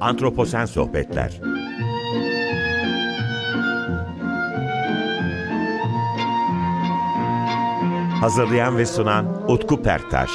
Antroposen Sohbetler. Hazırlayan ve sunan Utku Perktaş.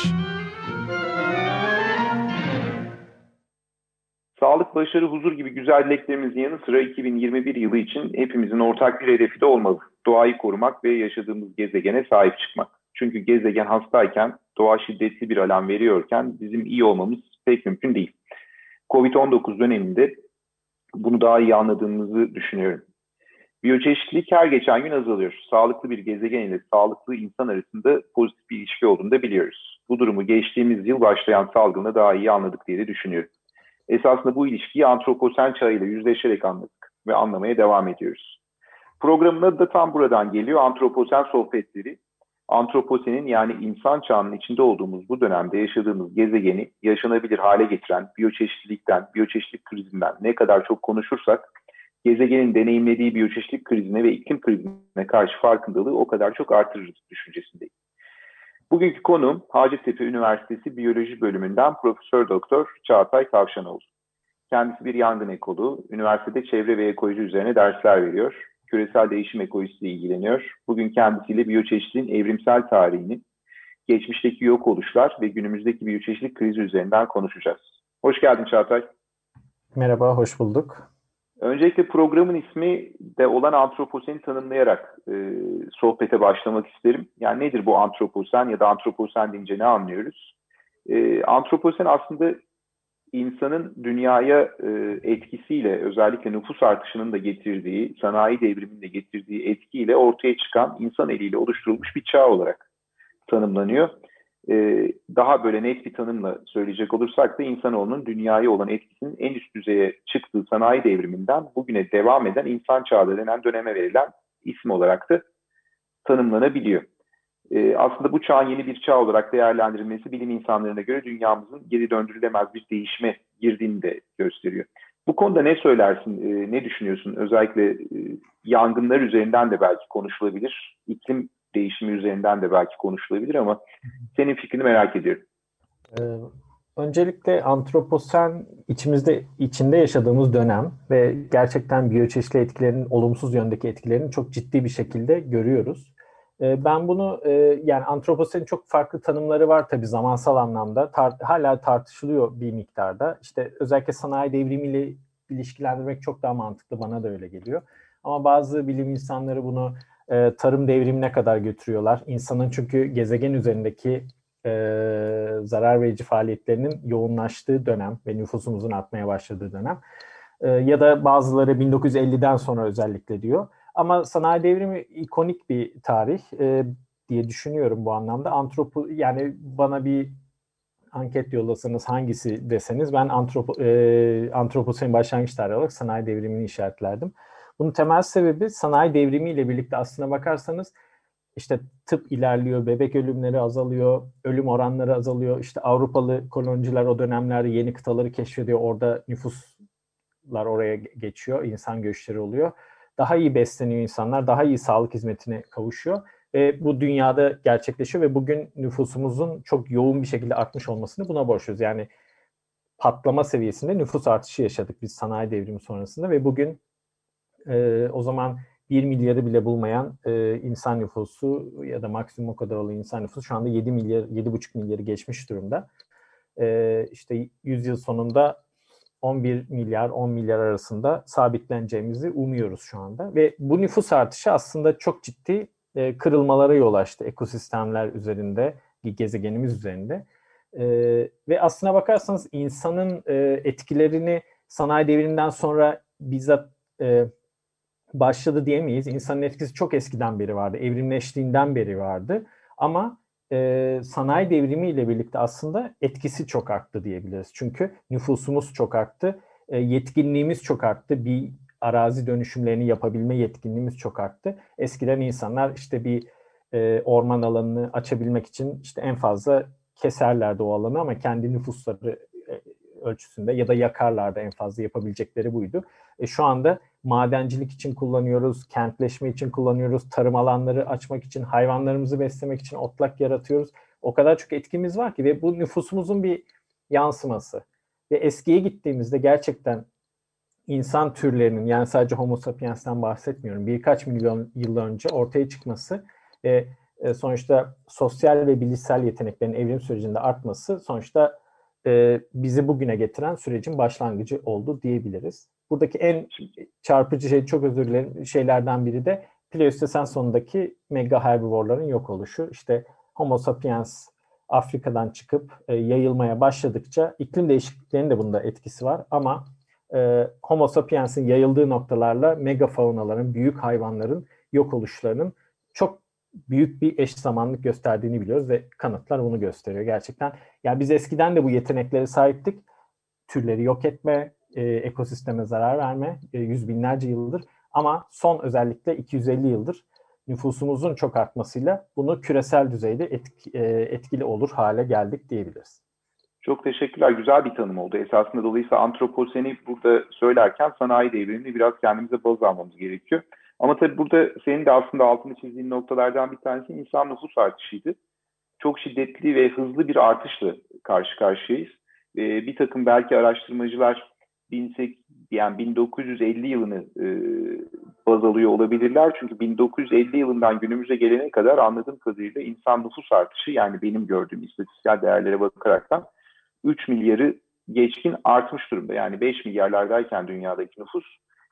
Sağlık, başarı, huzur gibi güzel dileklerimizin yanı sıra 2021 yılı için hepimizin ortak bir hedefi de olmalı. Doğayı korumak ve yaşadığımız gezegene sahip çıkmak. Çünkü gezegen hastayken, doğa şiddetli bir alarm veriyorken bizim iyi olmamız pek mümkün değil. Covid-19 döneminde bunu daha iyi anladığımızı düşünüyorum. Biyoçeşitlilik her geçen gün azalıyor. Sağlıklı bir gezegen ile sağlıklı insan arasında pozitif bir ilişki olduğunu da biliyoruz. Bu durumu geçtiğimiz yıl başlayan salgında daha iyi anladık diye de düşünüyorum. Esasında bu ilişkiyi antroposen çağıyla yüzleşerek anladık ve anlamaya devam ediyoruz. Programın adı da tam buradan geliyor. Antroposen sohbetleri. Antroposenin yani insan çağının içinde olduğumuz bu dönemde yaşadığımız gezegeni yaşanabilir hale getiren biyoçeşitlilikten, biyoçeşitlilik krizinden ne kadar çok konuşursak gezegenin deneyimlediği biyoçeşitlilik krizine ve iklim krizine karşı farkındalığı o kadar çok artırırız düşüncesindeyim. Bugünkü konuğum Hacettepe Üniversitesi Biyoloji Bölümünden Profesör Doktor Çağatay Tavşanoğlu. Kendisi bir yangın ekoloğu, üniversitede çevre ve ekoloji üzerine dersler veriyor. Küresel değişim ekolojisiyle ilgileniyor. Bugün kendisiyle biyoçeşitliliğin evrimsel tarihini, geçmişteki yok oluşlar ve günümüzdeki biyoçeşitlilik krizi üzerinden konuşacağız. Hoş geldin Çağatay. Merhaba, hoş bulduk. Öncelikle programın ismi de olan antroposeni tanımlayarak sohbete başlamak isterim. Yani nedir bu antroposen ya da antroposen deyince ne anlıyoruz? Antroposen aslında insanın dünyaya etkisiyle, özellikle nüfus artışının da getirdiği, sanayi devriminin de getirdiği etkiyle ortaya çıkan insan eliyle oluşturulmuş bir çağ olarak tanımlanıyor. Daha böyle net bir tanımla söyleyecek olursak da insanoğlunun dünyaya olan etkisinin en üst düzeye çıktığı sanayi devriminden bugüne devam eden insan çağı denen döneme verilen isim olarak da tanımlanabiliyor. Aslında bu çağın yeni bir çağ olarak değerlendirilmesi bilim insanlarına göre dünyamızın geri döndürülemez bir değişime girdiğini de gösteriyor. Bu konuda ne söylersin, ne düşünüyorsun? Özellikle yangınlar üzerinden de belki konuşulabilir, iklim değişimi üzerinden de belki konuşulabilir ama senin fikrini merak ediyorum. Öncelikle antroposen içinde yaşadığımız dönem ve gerçekten biyoçeşitliğe etkilerinin, olumsuz yöndeki etkilerini çok ciddi bir şekilde görüyoruz. Ben bunu yani antroposenin çok farklı tanımları var tabii zamansal anlamda. Hala tartışılıyor bir miktarda. İşte özellikle sanayi devrimiyle ilişkilendirmek çok daha mantıklı, bana da öyle geliyor. Ama bazı bilim insanları bunu tarım devrimine kadar götürüyorlar. İnsanın çünkü gezegen üzerindeki zarar verici faaliyetlerinin yoğunlaştığı dönem ve nüfusumuzun artmaya başladığı dönem. Ya da bazıları 1950'den sonra özellikle diyor. Ama sanayi devrimi ikonik bir tarih diye düşünüyorum bu anlamda. Yani bana bir anket yollasanız hangisi deseniz ben antroposenin başlangıç tarihi olarak sanayi devrimini işaretlerdim. Bunun temel sebebi sanayi devrimiyle birlikte aslına bakarsanız işte tıp ilerliyor, bebek ölümleri azalıyor, ölüm oranları azalıyor. İşte Avrupalı koloniciler o dönemlerde yeni kıtaları keşfediyor. Orada nüfuslar oraya geçiyor, insan göçleri oluyor. Daha iyi besleniyor insanlar, daha iyi sağlık hizmetine kavuşuyor. Ve bu dünyada gerçekleşiyor ve bugün nüfusumuzun çok yoğun bir şekilde artmış olmasını buna borçluyuz. Yani patlama seviyesinde nüfus artışı yaşadık biz sanayi devrimi sonrasında ve bugün o zaman 1 milyarı bile bulmayan insan nüfusu ya da maksimum o kadar olan insan nüfusu şu anda 7 milyar, 7,5 milyarı geçmiş durumda. İşte 100 yıl sonunda 11 milyar, 10 milyar arasında sabitleneceğimizi umuyoruz şu anda. Ve bu nüfus artışı aslında çok ciddi kırılmalara yol açtı ekosistemler üzerinde, gezegenimiz üzerinde. Ve aslına bakarsanız insanın etkilerini sanayi devriminden sonra bizzat başladı diyemeyiz. İnsanın etkisi çok eskiden beri vardı, evrimleştiğinden beri vardı. Ama sanayi devrimiyle birlikte aslında etkisi çok arttı diyebiliriz. Çünkü nüfusumuz çok arttı, yetkinliğimiz çok arttı, bir arazi dönüşümlerini yapabilme yetkinliğimiz çok arttı. Eskiden insanlar işte bir orman alanını açabilmek için işte en fazla keserlerdi o alanı ama kendi nüfusları ölçüsünde ya da yakarlardı, en fazla yapabilecekleri buydu. Şu anda madencilik için kullanıyoruz, kentleşme için kullanıyoruz, tarım alanları açmak için, hayvanlarımızı beslemek için otlak yaratıyoruz. O kadar çok etkimiz var ki ve bu nüfusumuzun bir yansıması. Ve eskiye gittiğimizde gerçekten insan türlerinin, yani sadece Homo sapiens'ten bahsetmiyorum, birkaç milyon yıl önce ortaya çıkması ve sonuçta sosyal ve bilişsel yeteneklerin evrim sürecinde artması sonuçta bizi bugüne getiren sürecin başlangıcı oldu diyebiliriz. Buradaki en çarpıcı şey, çok özür dilerim, şeylerden biri de Pleistosen sonundaki mega herbivorların yok oluşu. İşte Homo sapiens Afrika'dan çıkıp yayılmaya başladıkça iklim değişikliklerinin de bunda etkisi var ama Homo sapiens'in yayıldığı noktalarla megafaunaların, büyük hayvanların yok oluşlarının çok büyük bir eş zamanlık gösterdiğini biliyoruz ve kanıtlar bunu gösteriyor gerçekten. Yani biz eskiden de bu yeteneklere sahiptik. Türleri yok etme, ekosisteme zarar verme, yüz binlerce yıldır. Ama son özellikle 250 yıldır nüfusumuzun çok artmasıyla bunu küresel düzeyde etkili olur hale geldik diyebiliriz. Çok teşekkürler. Güzel bir tanım oldu. Esasında dolayısıyla antroposeni burada söylerken sanayi devrimini biraz kendimize baz almamız gerekiyor. Ama tabii burada senin de aslında altını çizdiğin noktalardan bir tanesi insan nüfus artışıydı. Çok şiddetli ve hızlı bir artışla karşı karşıyayız. Bir takım belki araştırmacılar 1950 yılını baz alıyor olabilirler. Çünkü 1950 yılından günümüze gelene kadar anladığım kadarıyla insan nüfus artışı, yani benim gördüğüm istatistiksel değerlere bakaraktan 3 milyarı geçkin artmış durumda. Yani 5 milyarlardayken dünyadaki nüfus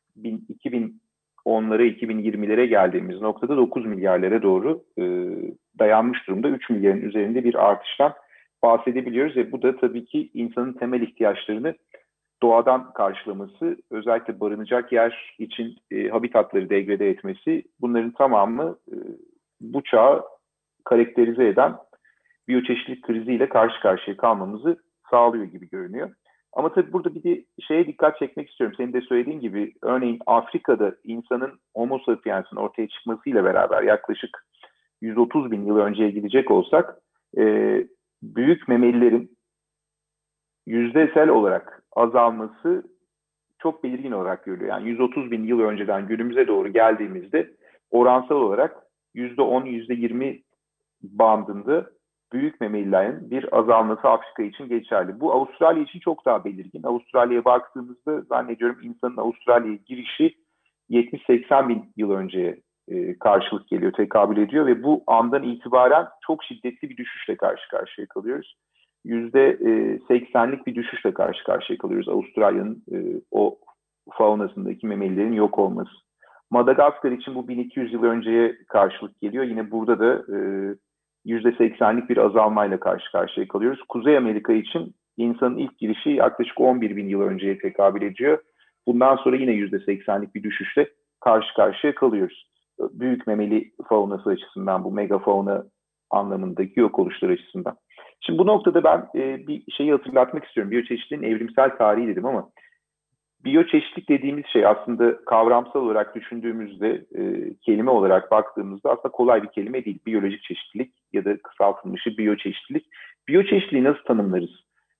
2010'lara 2020'lere geldiğimiz noktada 9 milyarlara doğru dayanmış durumda. 3 milyarın üzerinde bir artıştan bahsedebiliyoruz ve bu da tabii ki insanın temel ihtiyaçlarını doğadan karşılaması, özellikle barınacak yer için habitatları degrade etmesi, bunların tamamı bu çağı karakterize eden biyoçeşitlilik kriziyle karşı karşıya kalmamızı sağlıyor gibi görünüyor. Ama tabii burada bir de şeye dikkat çekmek istiyorum. Senin de söylediğin gibi örneğin Afrika'da insanın Homo sapiens'in ortaya çıkmasıyla beraber yaklaşık 130 bin yıl önceye gidecek olsak büyük memelilerin yüzdesel olarak azalması çok belirgin olarak görülüyor. Yani 130 bin yıl önceden günümüze doğru geldiğimizde oransal olarak %10, %20 bandında büyük memelilerin bir azalması Afrika için geçerli. Bu Avustralya için çok daha belirgin. Avustralya'ya baktığımızda zannediyorum insanın Avustralya'ya girişi 70-80 bin yıl önceye karşılık geliyor, tekabül ediyor ve bu andan itibaren çok şiddetli bir düşüşle karşı karşıya kalıyoruz. %80'lik bir düşüşle karşı karşıya kalıyoruz Avustralya'nın o faunasındaki memelilerin yok olması. Madagaskar için bu 1200 yıl önceye karşılık geliyor. Yine burada da %80'lik bir azalmayla karşı karşıya kalıyoruz. Kuzey Amerika için insanın ilk girişi yaklaşık 11 bin yıl önceye tekabül ediyor. Bundan sonra yine %80'lik bir düşüşle karşı karşıya kalıyoruz. Büyük memeli faunası açısından, bu megafauna anlamındaki yok oluşlar açısından. Şimdi bu noktada ben bir şeyi hatırlatmak istiyorum. Biyoçeşitliliğin evrimsel tarihi dedim ama biyoçeşitlilik dediğimiz şey aslında kavramsal olarak düşündüğümüzde, kelime olarak baktığımızda aslında kolay bir kelime değil. Biyolojik çeşitlilik ya da kısaltılmışı biyoçeşitlilik. Biyoçeşitliliği nasıl tanımlarız?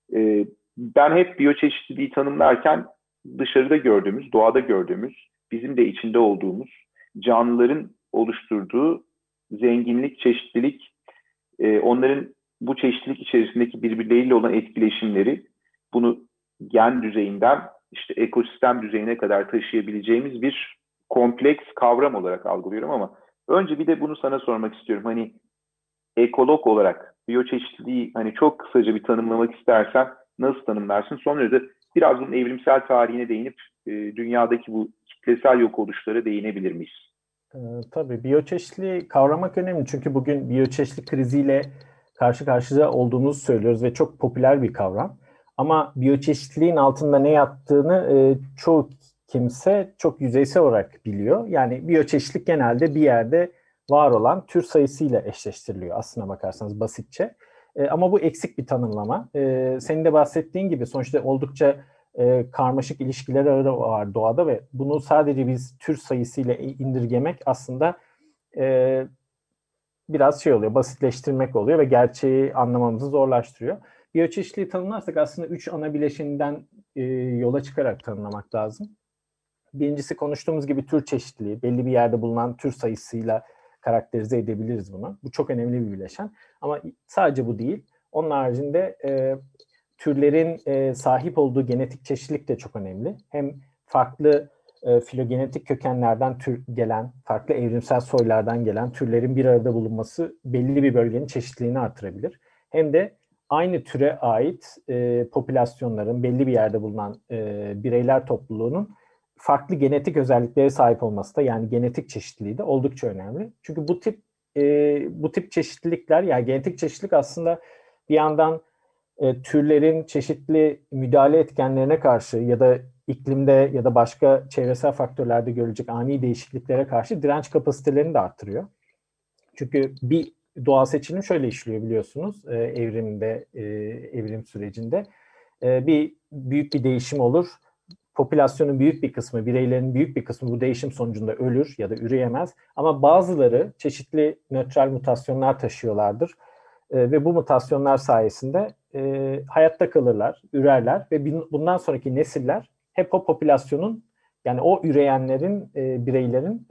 Ben hep biyoçeşitliliği tanımlarken dışarıda gördüğümüz, doğada gördüğümüz, bizim de içinde olduğumuz canlıların oluşturduğu zenginlik, çeşitlilik, onların bu çeşitlilik içerisindeki birbirleriyle olan etkileşimleri, bunu gen düzeyinden işte ekosistem düzeyine kadar taşıyabileceğimiz bir kompleks kavram olarak algılıyorum ama önce bir de bunu sana sormak istiyorum. Hani ekolog olarak biyoçeşitliliği hani çok kısaca bir tanımlamak istersen nasıl tanımlarsın? Sonra da biraz bunun evrimsel tarihine değinip dünyadaki bu kitlesel yok oluşlara değinebilir miyiz? Tabii biyoçeşitliliği kavramak önemli çünkü bugün biyoçeşitlilik kriziyle karşı karşıya olduğumuzu söylüyoruz ve çok popüler bir kavram. Ama biyoçeşitliliğin altında ne yattığını çoğu kimse çok yüzeysel olarak biliyor. Yani biyoçeşitlilik genelde bir yerde var olan tür sayısıyla eşleştiriliyor aslına bakarsanız basitçe. Ama bu eksik bir tanımlama. Senin de bahsettiğin gibi sonuçta oldukça karmaşık ilişkiler ağı var doğada ve bunu sadece biz tür sayısıyla indirgemek aslında biraz şey oluyor, basitleştirmek oluyor ve gerçeği anlamamızı zorlaştırıyor. Biyoçeşitliliği tanımlarsak aslında 3 ana bileşeninden yola çıkarak tanımlamak lazım. Birincisi konuştuğumuz gibi tür çeşitliliği, belli bir yerde bulunan tür sayısıyla karakterize edebiliriz bunu. Bu çok önemli bir bileşen. Ama sadece bu değil. Onun haricinde türlerin sahip olduğu genetik çeşitlilik de çok önemli. Hem farklı filogenetik kökenlerden gelen, farklı evrimsel soylardan gelen türlerin bir arada bulunması belli bir bölgenin çeşitliliğini artırabilir. Hem de aynı türe ait popülasyonların, belli bir yerde bulunan bireyler topluluğunun farklı genetik özelliklere sahip olması da, yani genetik çeşitliliği de oldukça önemli. Çünkü bu tip çeşitlilikler, yani genetik çeşitlilik aslında bir yandan türlerin çeşitli müdahale etkenlerine karşı ya da iklimde ya da başka çevresel faktörlerde görülecek ani değişikliklere karşı direnç kapasitelerini de arttırıyor. Çünkü bir doğal seçilim şöyle işliyor biliyorsunuz evrim sürecinde. Büyük bir değişim olur. Popülasyonun büyük bir kısmı, bireylerin büyük bir kısmı bu değişim sonucunda ölür ya da üreyemez. Ama bazıları çeşitli nötral mutasyonlar taşıyorlardır. Ve bu mutasyonlar sayesinde hayatta kalırlar, ürerler ve bundan sonraki nesiller hep o popülasyonun, yani o üreyenlerin, bireylerin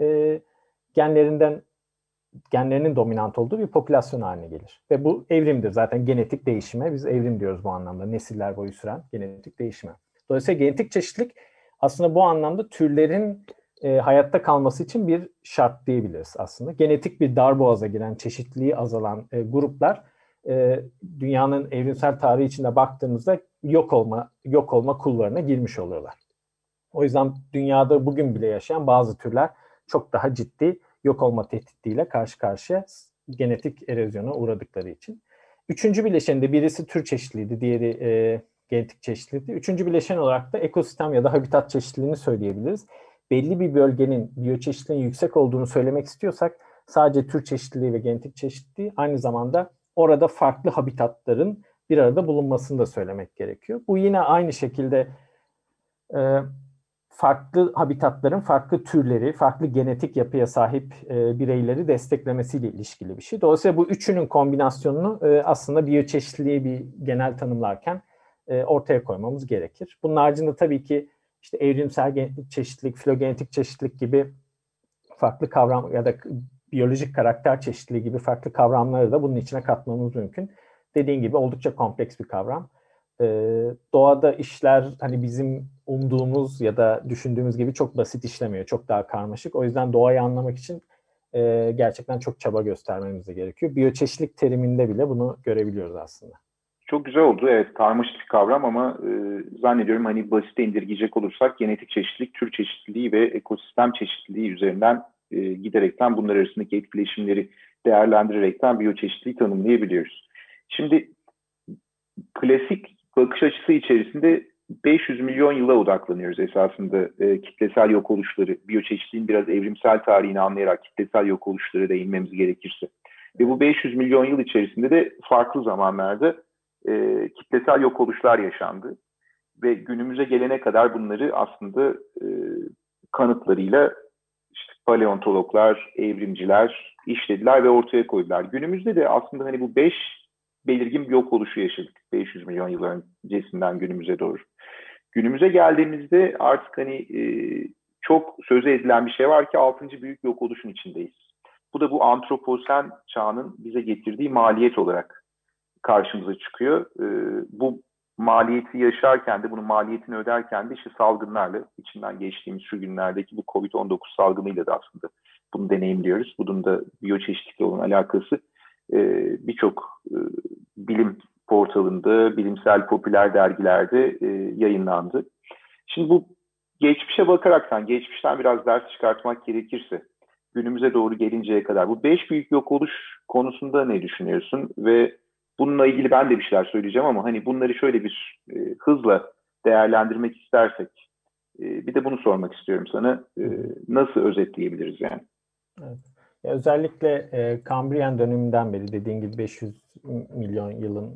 genlerinin dominant olduğu bir popülasyon haline gelir. Ve bu evrimdir zaten, genetik değişime. Biz evrim diyoruz bu anlamda, nesiller boyu süren genetik değişime. Dolayısıyla genetik çeşitlilik aslında bu anlamda türlerin hayatta kalması için bir şart diyebiliriz aslında. Genetik bir darboğaza giren, çeşitliliği azalan gruplar dünyanın evrimsel tarihi içinde baktığımızda yok olma kulvarına girmiş oluyorlar. O yüzden dünyada bugün bile yaşayan bazı türler çok daha ciddi yok olma tehdidiyle karşı karşıya, genetik erozyona uğradıkları için. Üçüncü bileşende birisi tür çeşitliliğiydi, diğeri genetik çeşitliliğiydi. Üçüncü bileşen olarak da ekosistem ya da habitat çeşitliliğini söyleyebiliriz. Belli bir bölgenin biyoçeşitliliğinin yüksek olduğunu söylemek istiyorsak sadece tür çeşitliliği ve genetik çeşitliliği, aynı zamanda orada farklı habitatların bir arada bulunmasını da söylemek gerekiyor. Bu yine aynı şekilde farklı habitatların farklı türleri, farklı genetik yapıya sahip bireyleri desteklemesiyle ilişkili bir şey. Dolayısıyla bu üçünün kombinasyonunu aslında biyoçeşitliliği bir genel tanımlarken ortaya koymamız gerekir. Bunun haricinde tabii ki işte evrimsel çeşitlilik, filogenetik çeşitlilik gibi farklı kavram ya da biyolojik karakter çeşitliliği gibi farklı kavramları da bunun içine katmamız mümkün. Dediğim gibi oldukça kompleks bir kavram. Doğada işler hani bizim umduğumuz ya da düşündüğümüz gibi çok basit işlemiyor. Çok daha karmaşık. O yüzden doğayı anlamak için gerçekten çok çaba göstermemiz de gerekiyor. Biyoçeşitlilik teriminde bile bunu görebiliyoruz aslında. Çok güzel oldu. Evet, karmaşık bir kavram ama zannediyorum hani basite indirgeyecek olursak genetik çeşitlilik, tür çeşitliliği ve ekosistem çeşitliliği üzerinden giderekten bunlar arasındaki etkileşimleri değerlendirerekten biyoçeşitliliği tanımlayabiliyoruz. Şimdi klasik bakış açısı içerisinde 500 milyon yıla odaklanıyoruz esasında kitlesel yok oluşları, biyoçeşitliliğin biraz evrimsel tarihini anlayarak kitlesel yok oluşları değinmemiz gerekirse. Ve bu 500 milyon yıl içerisinde de farklı zamanlarda kitlesel yok oluşlar yaşandı. Ve günümüze gelene kadar bunları aslında kanıtlarıyla işte paleontologlar, evrimciler işlediler ve ortaya koydular. Günümüzde de aslında hani bu 5 belirgin bir yok oluşu yaşadık 500 milyon yıl öncesinden günümüze doğru. Günümüze geldiğimizde artık hani çok söze edilen bir şey var ki 6. büyük yok oluşun içindeyiz. Bu da bu antroposen çağının bize getirdiği maliyet olarak karşımıza çıkıyor. Bu maliyeti yaşarken de bunun maliyetini öderken de işte salgınlarla içinden geçtiğimiz şu günlerdeki bu COVID-19 salgınıyla da aslında bunu deneyimliyoruz. Bunun da biyoçeşitlilikle olan alakası birçok bilim portalında, bilimsel popüler dergilerde yayınlandı. Şimdi bu geçmişe bakaraktan, geçmişten biraz ders çıkartmak gerekirse, günümüze doğru gelinceye kadar bu 5 büyük yok oluş konusunda ne düşünüyorsun? Ve bununla ilgili ben de bir şeyler söyleyeceğim ama hani bunları şöyle bir hızla değerlendirmek istersek, bir de bunu sormak istiyorum sana. Nasıl özetleyebiliriz yani? Evet. Özellikle Kambriyen döneminden beri, dediğin gibi 500 milyon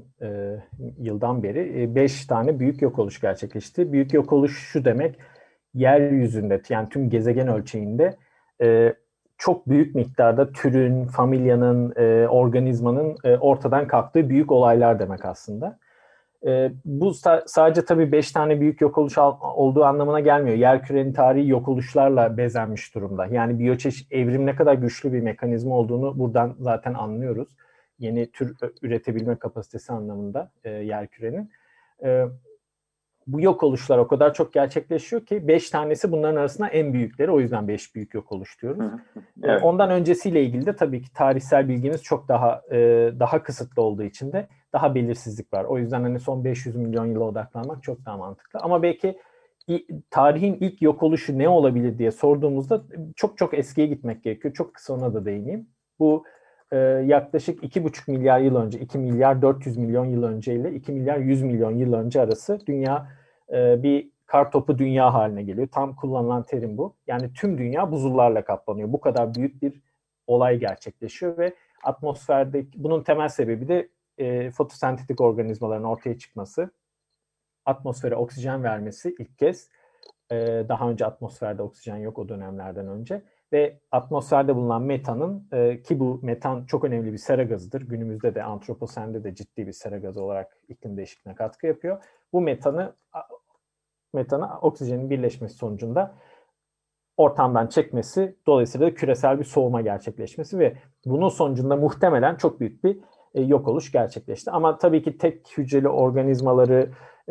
yıldan beri 5 tane büyük yok oluş gerçekleşti. Büyük yok oluş şu demek, yeryüzünde yani tüm gezegen ölçeğinde çok büyük miktarda türün, familyanın, organizmanın ortadan kalktığı büyük olaylar demek aslında. Bu sadece tabii 5 tane büyük yok oluş olduğu anlamına gelmiyor. Yerkürenin tarihi yok oluşlarla bezenmiş durumda. Yani evrim ne kadar güçlü bir mekanizma olduğunu buradan zaten anlıyoruz. Yeni tür üretebilme kapasitesi anlamında yerkürenin. Bu yok oluşlar o kadar çok gerçekleşiyor ki 5 tanesi bunların arasında en büyükleri. O yüzden 5 büyük yok oluş diyoruz. Evet. Ondan öncesiyle ilgili de tabii ki tarihsel bilgimiz çok daha kısıtlı olduğu için de daha belirsizlik var. O yüzden hani son 500 milyon yıla odaklanmak çok daha mantıklı. Ama belki tarihin ilk yok oluşu ne olabilir diye sorduğumuzda çok çok eskiye gitmek gerekiyor. Çok kısa ona da değineyim. Bu yaklaşık 2,5 milyar yıl önce, 2 milyar 400 milyon yıl önce ile 2 milyar 100 milyon yıl önce arası dünya bir kartopu dünya haline geliyor. Tam kullanılan terim bu. Yani tüm dünya buzullarla kaplanıyor. Bu kadar büyük bir olay gerçekleşiyor ve atmosferdeki bunun temel sebebi de fotosentetik organizmaların ortaya çıkması. Atmosfere oksijen vermesi ilk kez. Daha önce atmosferde oksijen yok o dönemlerden önce. Ve atmosferde bulunan metanın ki bu metan çok önemli bir sera gazıdır. Günümüzde de antroposende de ciddi bir sera gazı olarak iklim değişikliğine katkı yapıyor. Bu metanı oksijenin birleşmesi sonucunda ortamdan çekmesi, dolayısıyla da küresel bir soğuma gerçekleşmesi ve bunun sonucunda muhtemelen çok büyük bir yok oluş gerçekleşti. Ama tabii ki tek hücreli organizmaları,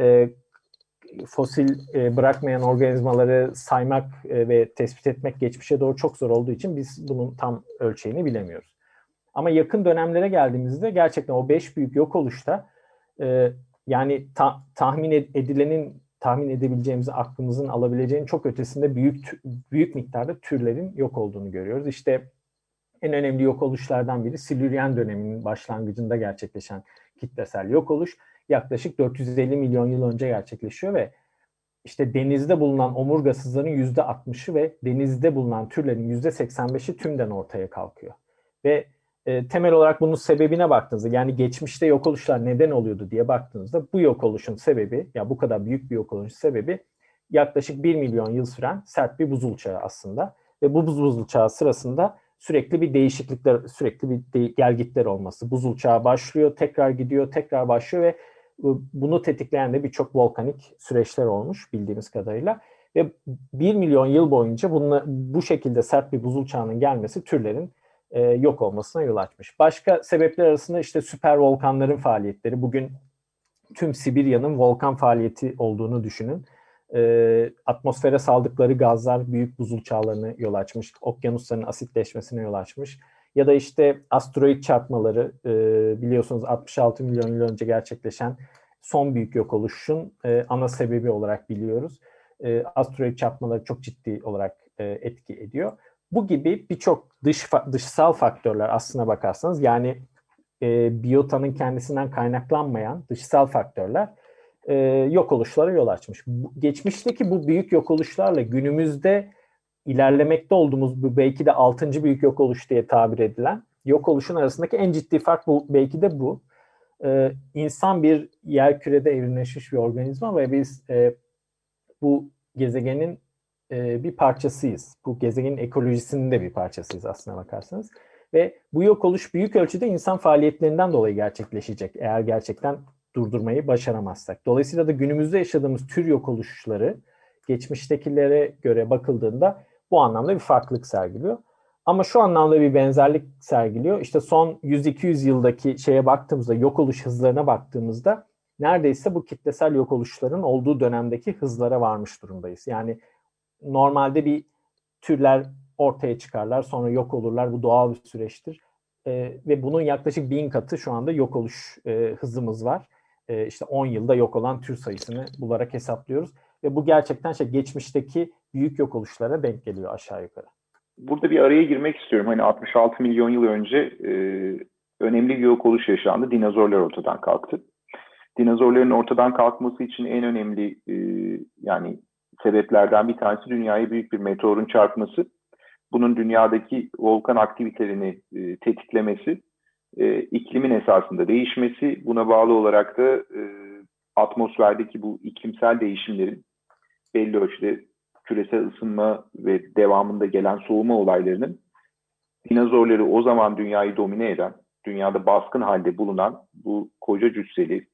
fosil bırakmayan organizmaları saymak ve tespit etmek geçmişe doğru çok zor olduğu için biz bunun tam ölçeğini bilemiyoruz. Ama yakın dönemlere geldiğimizde gerçekten o 5 büyük yok oluşta yani tahmin edebileceğimiz, aklımızın alabileceğinin çok ötesinde büyük miktarda türlerin yok olduğunu görüyoruz. İşte en önemli yok oluşlardan biri Silüryen döneminin başlangıcında gerçekleşen kitlesel yok oluş. Yaklaşık 450 milyon yıl önce gerçekleşiyor ve işte denizde bulunan omurgasızların %60'ı ve denizde bulunan türlerin %85'i tümden ortaya kalkıyor. Ve temel olarak bunun sebebine baktığınızda, yani geçmişte yok oluşlar neden oluyordu diye baktığınızda bu yok oluşun sebebi, ya bu kadar büyük bir yok oluşun sebebi yaklaşık 1 milyon yıl süren sert bir buzul çağı aslında. Ve bu buzul çağı sırasında sürekli bir değişiklikler, sürekli bir gelgitler olması. Buzul çağı başlıyor, tekrar gidiyor, tekrar başlıyor ve bunu tetikleyen de birçok volkanik süreçler olmuş bildiğimiz kadarıyla. Ve 1 milyon yıl boyunca bu şekilde sert bir buzul çağının gelmesi türlerin yok olmasına yol açmış. Başka sebepler arasında işte süper volkanların faaliyetleri. Bugün tüm Sibirya'nın volkan faaliyeti olduğunu düşünün. Atmosfere saldıkları gazlar büyük buzul çağlarını yol açmış. Okyanusların asitleşmesine yol açmış. Ya da işte asteroid çarpmaları, biliyorsunuz 66 milyon yıl önce gerçekleşen son büyük yok oluşun ana sebebi olarak biliyoruz. Asteroid çarpmaları çok ciddi olarak etki ediyor. Bu gibi birçok dışsal faktörler aslına bakarsanız, yani biyotanın kendisinden kaynaklanmayan dışsal faktörler yok oluşlara yol açmış. Geçmişteki bu büyük yok oluşlarla günümüzde ilerlemekte olduğumuz bu belki de 6. büyük yok oluş diye tabir edilen yok oluşun arasındaki en ciddi fark belki de bu. İnsan bir yerkürede evrimleşmiş bir organizma ve biz bu gezegenin bir parçasıyız. Bu gezegenin ekolojisinin de bir parçasıyız aslına bakarsanız. Ve bu yok oluş büyük ölçüde insan faaliyetlerinden dolayı gerçekleşecek eğer gerçekten durdurmayı başaramazsak. Dolayısıyla da günümüzde yaşadığımız tür yok oluşları geçmiştekilere göre bakıldığında bu anlamda bir farklılık sergiliyor. Ama şu anlamda bir benzerlik sergiliyor. İşte son 100-200 yıldaki şeye baktığımızda, yok oluş hızlarına baktığımızda neredeyse bu kitlesel yok oluşların olduğu dönemdeki hızlara varmış durumdayız. Yani normalde bir türler ortaya çıkarlar, sonra yok olurlar. Bu doğal bir süreçtir. Ve bunun yaklaşık 1000 katı şu anda yok oluş hızımız var. İşte 10 yılda yok olan tür sayısını bularak hesaplıyoruz. Ve bu gerçekten geçmişteki büyük yok oluşlara denk geliyor aşağı yukarı. Burada bir araya girmek istiyorum. Hani 66 milyon yıl önce önemli bir yok oluş yaşandı. Dinozorlar ortadan kalktı. Dinozorların ortadan kalkması için en önemli yani sebeplerden bir tanesi dünyaya büyük bir meteorun çarpması. Bunun dünyadaki volkan aktivitelerini tetiklemesi, iklimin esasında değişmesi, buna bağlı olarak da atmosferdeki bu iklimsel değişimlerin belli ölçüde küresel ısınma ve devamında gelen soğuma olaylarının dinozorları o zaman dünyayı domine eden, dünyada baskın halde bulunan bu koca cüsseli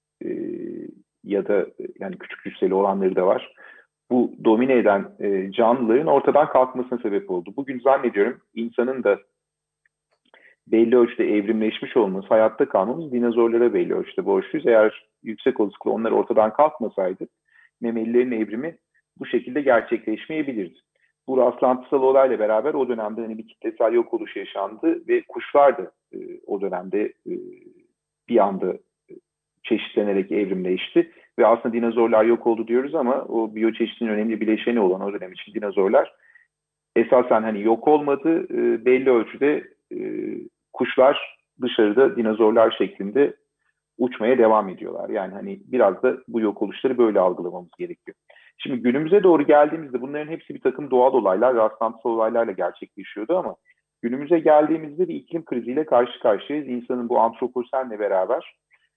ya da yani küçük cüsseli olanları da var. Bu domine eden canlıların ortadan kalkmasına sebep oldu. Bugün zannediyorum insanın da belli ölçüde evrimleşmiş olması, hayatta kalmamız dinozorlara belli ölçüde borçluyuz. Eğer yüksek olasılıkla onlar ortadan kalkmasaydı memelilerin evrimi bu şekilde gerçekleşmeyebilirdi. Bu rastlantısal olayla beraber o dönemde hani bir kitlesel yok oluş yaşandı ve kuşlar da o dönemde bir anda çeşitlenerek evrimleşti. Ve aslında dinozorlar yok oldu diyoruz ama o biyoçeşitliliğin önemli bileşeni olan o dönem için dinozorlar esasen hani yok olmadı. Belli ölçüde kuşlar dışarıda dinozorlar şeklinde uçmaya devam ediyorlar. Yani hani biraz da bu yok oluşları böyle algılamamız gerekiyor. Şimdi günümüze doğru geldiğimizde bunların hepsi bir takım doğal olaylar, rastlantısal olaylarla gerçekleşiyordu ama günümüze geldiğimizde bir iklim kriziyle karşı karşıyayız. İnsanın bu antroposenle beraber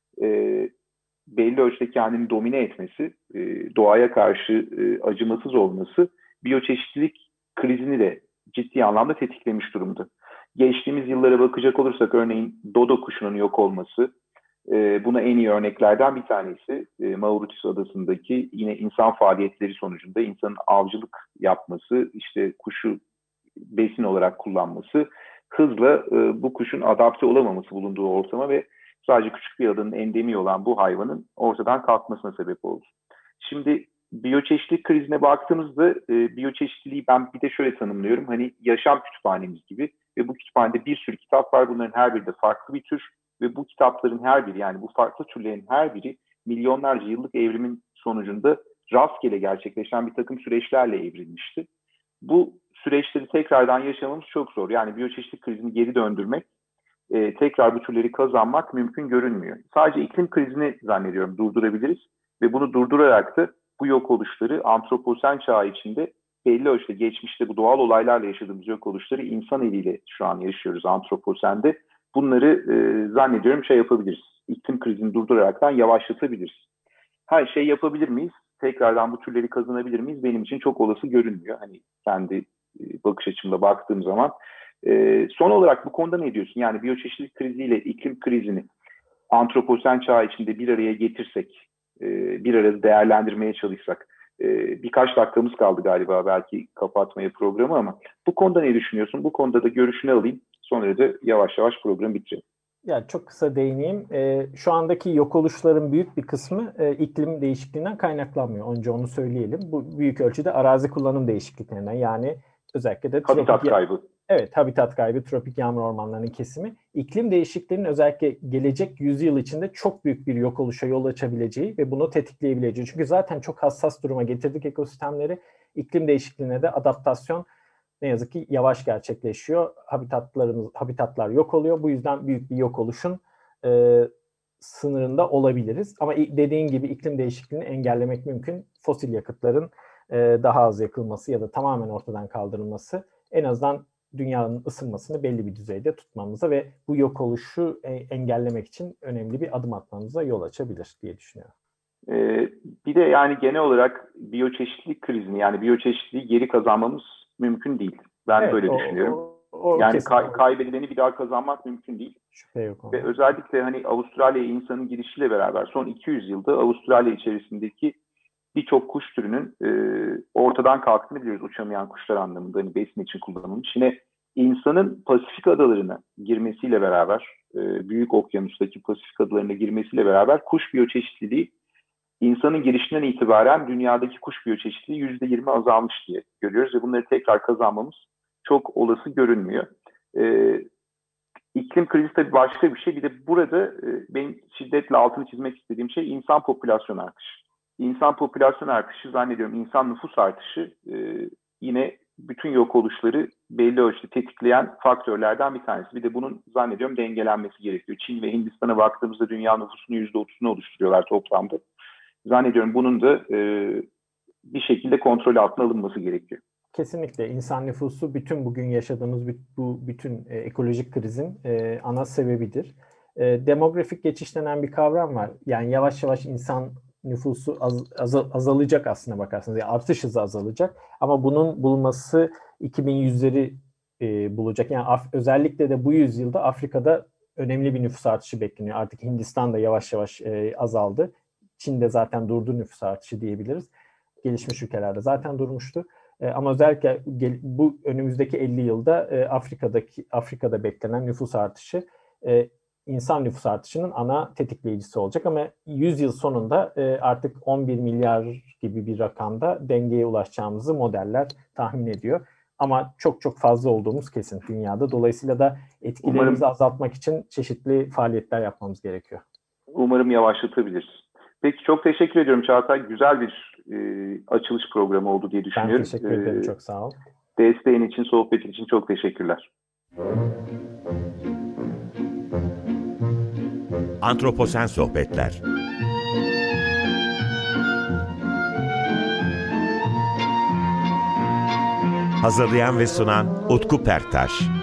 belli ölçüde kendini domine etmesi, doğaya karşı acımasız olması biyoçeşitlilik krizini de ciddi anlamda tetiklemiş durumda. Geçtiğimiz yıllara bakacak olursak örneğin dodo kuşunun yok olması, buna en iyi örneklerden bir tanesi. Mauritius adasındaki yine insan faaliyetleri sonucunda insanın avcılık yapması, işte kuşu besin olarak kullanması, hızla bu kuşun adapte olamaması bulunduğu ortama ve sadece küçük bir adanın endemi olan bu hayvanın ortadan kalkmasına sebep oldu. Şimdi biyoçeşitlilik krizine baktığımızda biyoçeşitliliği ben bir de şöyle tanımlıyorum. Hani yaşam kütüphanemiz gibi ve bu kütüphanede bir sürü kitap var. Bunların her biri de farklı bir tür ve bu kitapların her biri yani bu farklı türlerin her biri milyonlarca yıllık evrimin sonucunda rastgele gerçekleşen bir takım süreçlerle evrilmişti. Bu süreçleri tekrardan yaşamamız çok zor. Yani biyoçeşitlilik krizini geri döndürmek, tekrar bu türleri kazanmak mümkün görünmüyor. Sadece iklim krizini zannediyorum durdurabiliriz ve bunu durdurarak da bu yok oluşları antroposen çağı içinde belli ölçüde geçmişte bu doğal olaylarla yaşadığımız yok oluşları insan eliyle şu an yaşıyoruz antroposende. Bunları zannediyorum yapabiliriz. İklim krizini durduraraktan yavaşlatabiliriz. Her şey yapabilir miyiz? Tekrardan bu türleri kazanabilir miyiz? Benim için çok olası görünmüyor. Hani kendi bakış açımda baktığım zaman. Son olarak bu konuda ne diyorsun? Yani biyoçeşitlilik kriziyle iklim krizini antroposen çağı içinde bir araya getirsek, bir arada değerlendirmeye çalışsak. Birkaç dakikamız kaldı galiba belki kapatmaya programı ama bu konuda ne düşünüyorsun? Bu konuda da görüşünü alayım. Sonra da yavaş yavaş programı bitirelim. Ya çok kısa değineyim. Şu andaki yok oluşların büyük bir kısmı iklim değişikliğinden kaynaklanmıyor. Önce onu söyleyelim. Bu büyük ölçüde arazi kullanım değişikliklerinden yani özellikle de habitat kaybı. Evet, habitat kaybı, tropik yağmur ormanlarının kesimi. İklim değişikliğinin özellikle gelecek yüzyıl içinde çok büyük bir yok oluşa yol açabileceği ve bunu tetikleyebileceği. Çünkü zaten çok hassas duruma getirdik ekosistemleri. İklim değişikliğine de adaptasyon ne yazık ki yavaş gerçekleşiyor. Habitatlar yok oluyor. Bu yüzden büyük bir yok oluşun sınırında olabiliriz. Ama dediğin gibi iklim değişikliğini engellemek mümkün. Fosil yakıtların daha az yakılması ya da tamamen ortadan kaldırılması en azından dünyanın ısınmasını belli bir düzeyde tutmamıza ve bu yok oluşu engellemek için önemli bir adım atmamıza yol açabilir diye düşünüyorum. Bir de yani genel olarak biyoçeşitlilik krizini yani biyoçeşitliliği geri kazanmamız mümkün değil. Ben evet, böyle düşünüyorum. Yani kaybedileni bir daha kazanmak mümkün değil. Şüphe yok. Ve özellikle hani Avustralya'ya insanın girişiyle beraber son 200 yılda Avustralya içerisindeki birçok kuş türünün ortadan kalktığını biliyoruz. Uçamayan kuşlar anlamında hani besin için kullanılmış. Yine insanın Pasifik adalarına girmesiyle beraber, büyük okyanustaki Pasifik adalarına girmesiyle beraber kuş biyoçeşitliliği insanın girişinden itibaren dünyadaki kuş biyoçeşitliliği %20 azalmış diye görüyoruz ve bunları tekrar kazanmamız çok olası görünmüyor. İklim krizi tabii başka bir şey. Bir de burada benim şiddetle altını çizmek istediğim şey insan popülasyon artışı. İnsan popülasyon artışı zannediyorum insan nüfus artışı yine bütün yok oluşları belli ölçüde tetikleyen faktörlerden bir tanesi. Bir de bunun zannediyorum dengelenmesi gerekiyor. Çin ve Hindistan'a baktığımızda dünya nüfusunun %30'unu oluşturuyorlar toplamda. Zannediyorum bunun da bir şekilde kontrol altına alınması gerekiyor. Kesinlikle insan nüfusu bütün bugün yaşadığımız bu bütün ekolojik krizin ana sebebidir. Demografik geçiş denen bir kavram var. Yani yavaş yavaş insan nüfusu azalacak aslına bakarsanız. Yani artış hızı azalacak. Ama bunun bulunması 2100'leri bulacak. Yani özellikle de bu yüzyılda Afrika'da önemli bir nüfus artışı bekleniyor. Artık Hindistan da yavaş yavaş azaldı. Çin'de zaten durdu nüfus artışı diyebiliriz. Gelişmiş ülkelerde zaten durmuştu. Ama özellikle bu önümüzdeki 50 yılda Afrika'da beklenen nüfus artışı insan nüfus artışının ana tetikleyicisi olacak ama 100 yıl sonunda artık 11 milyar gibi bir rakamda dengeye ulaşacağımızı modeller tahmin ediyor. Ama çok çok fazla olduğumuz kesin dünyada. Dolayısıyla da etkilerimizi azaltmak için çeşitli faaliyetler yapmamız gerekiyor. Umarım yavaşlatabiliriz. Peki çok teşekkür ediyorum Çağatay. Güzel bir açılış programı oldu diye düşünüyorum. Ben teşekkür ederim. Çok sağ ol. Desteğin için, sohbetin için çok teşekkürler. Antroposen Sohbetler. Hazırlayan ve sunan Utku Perktaş.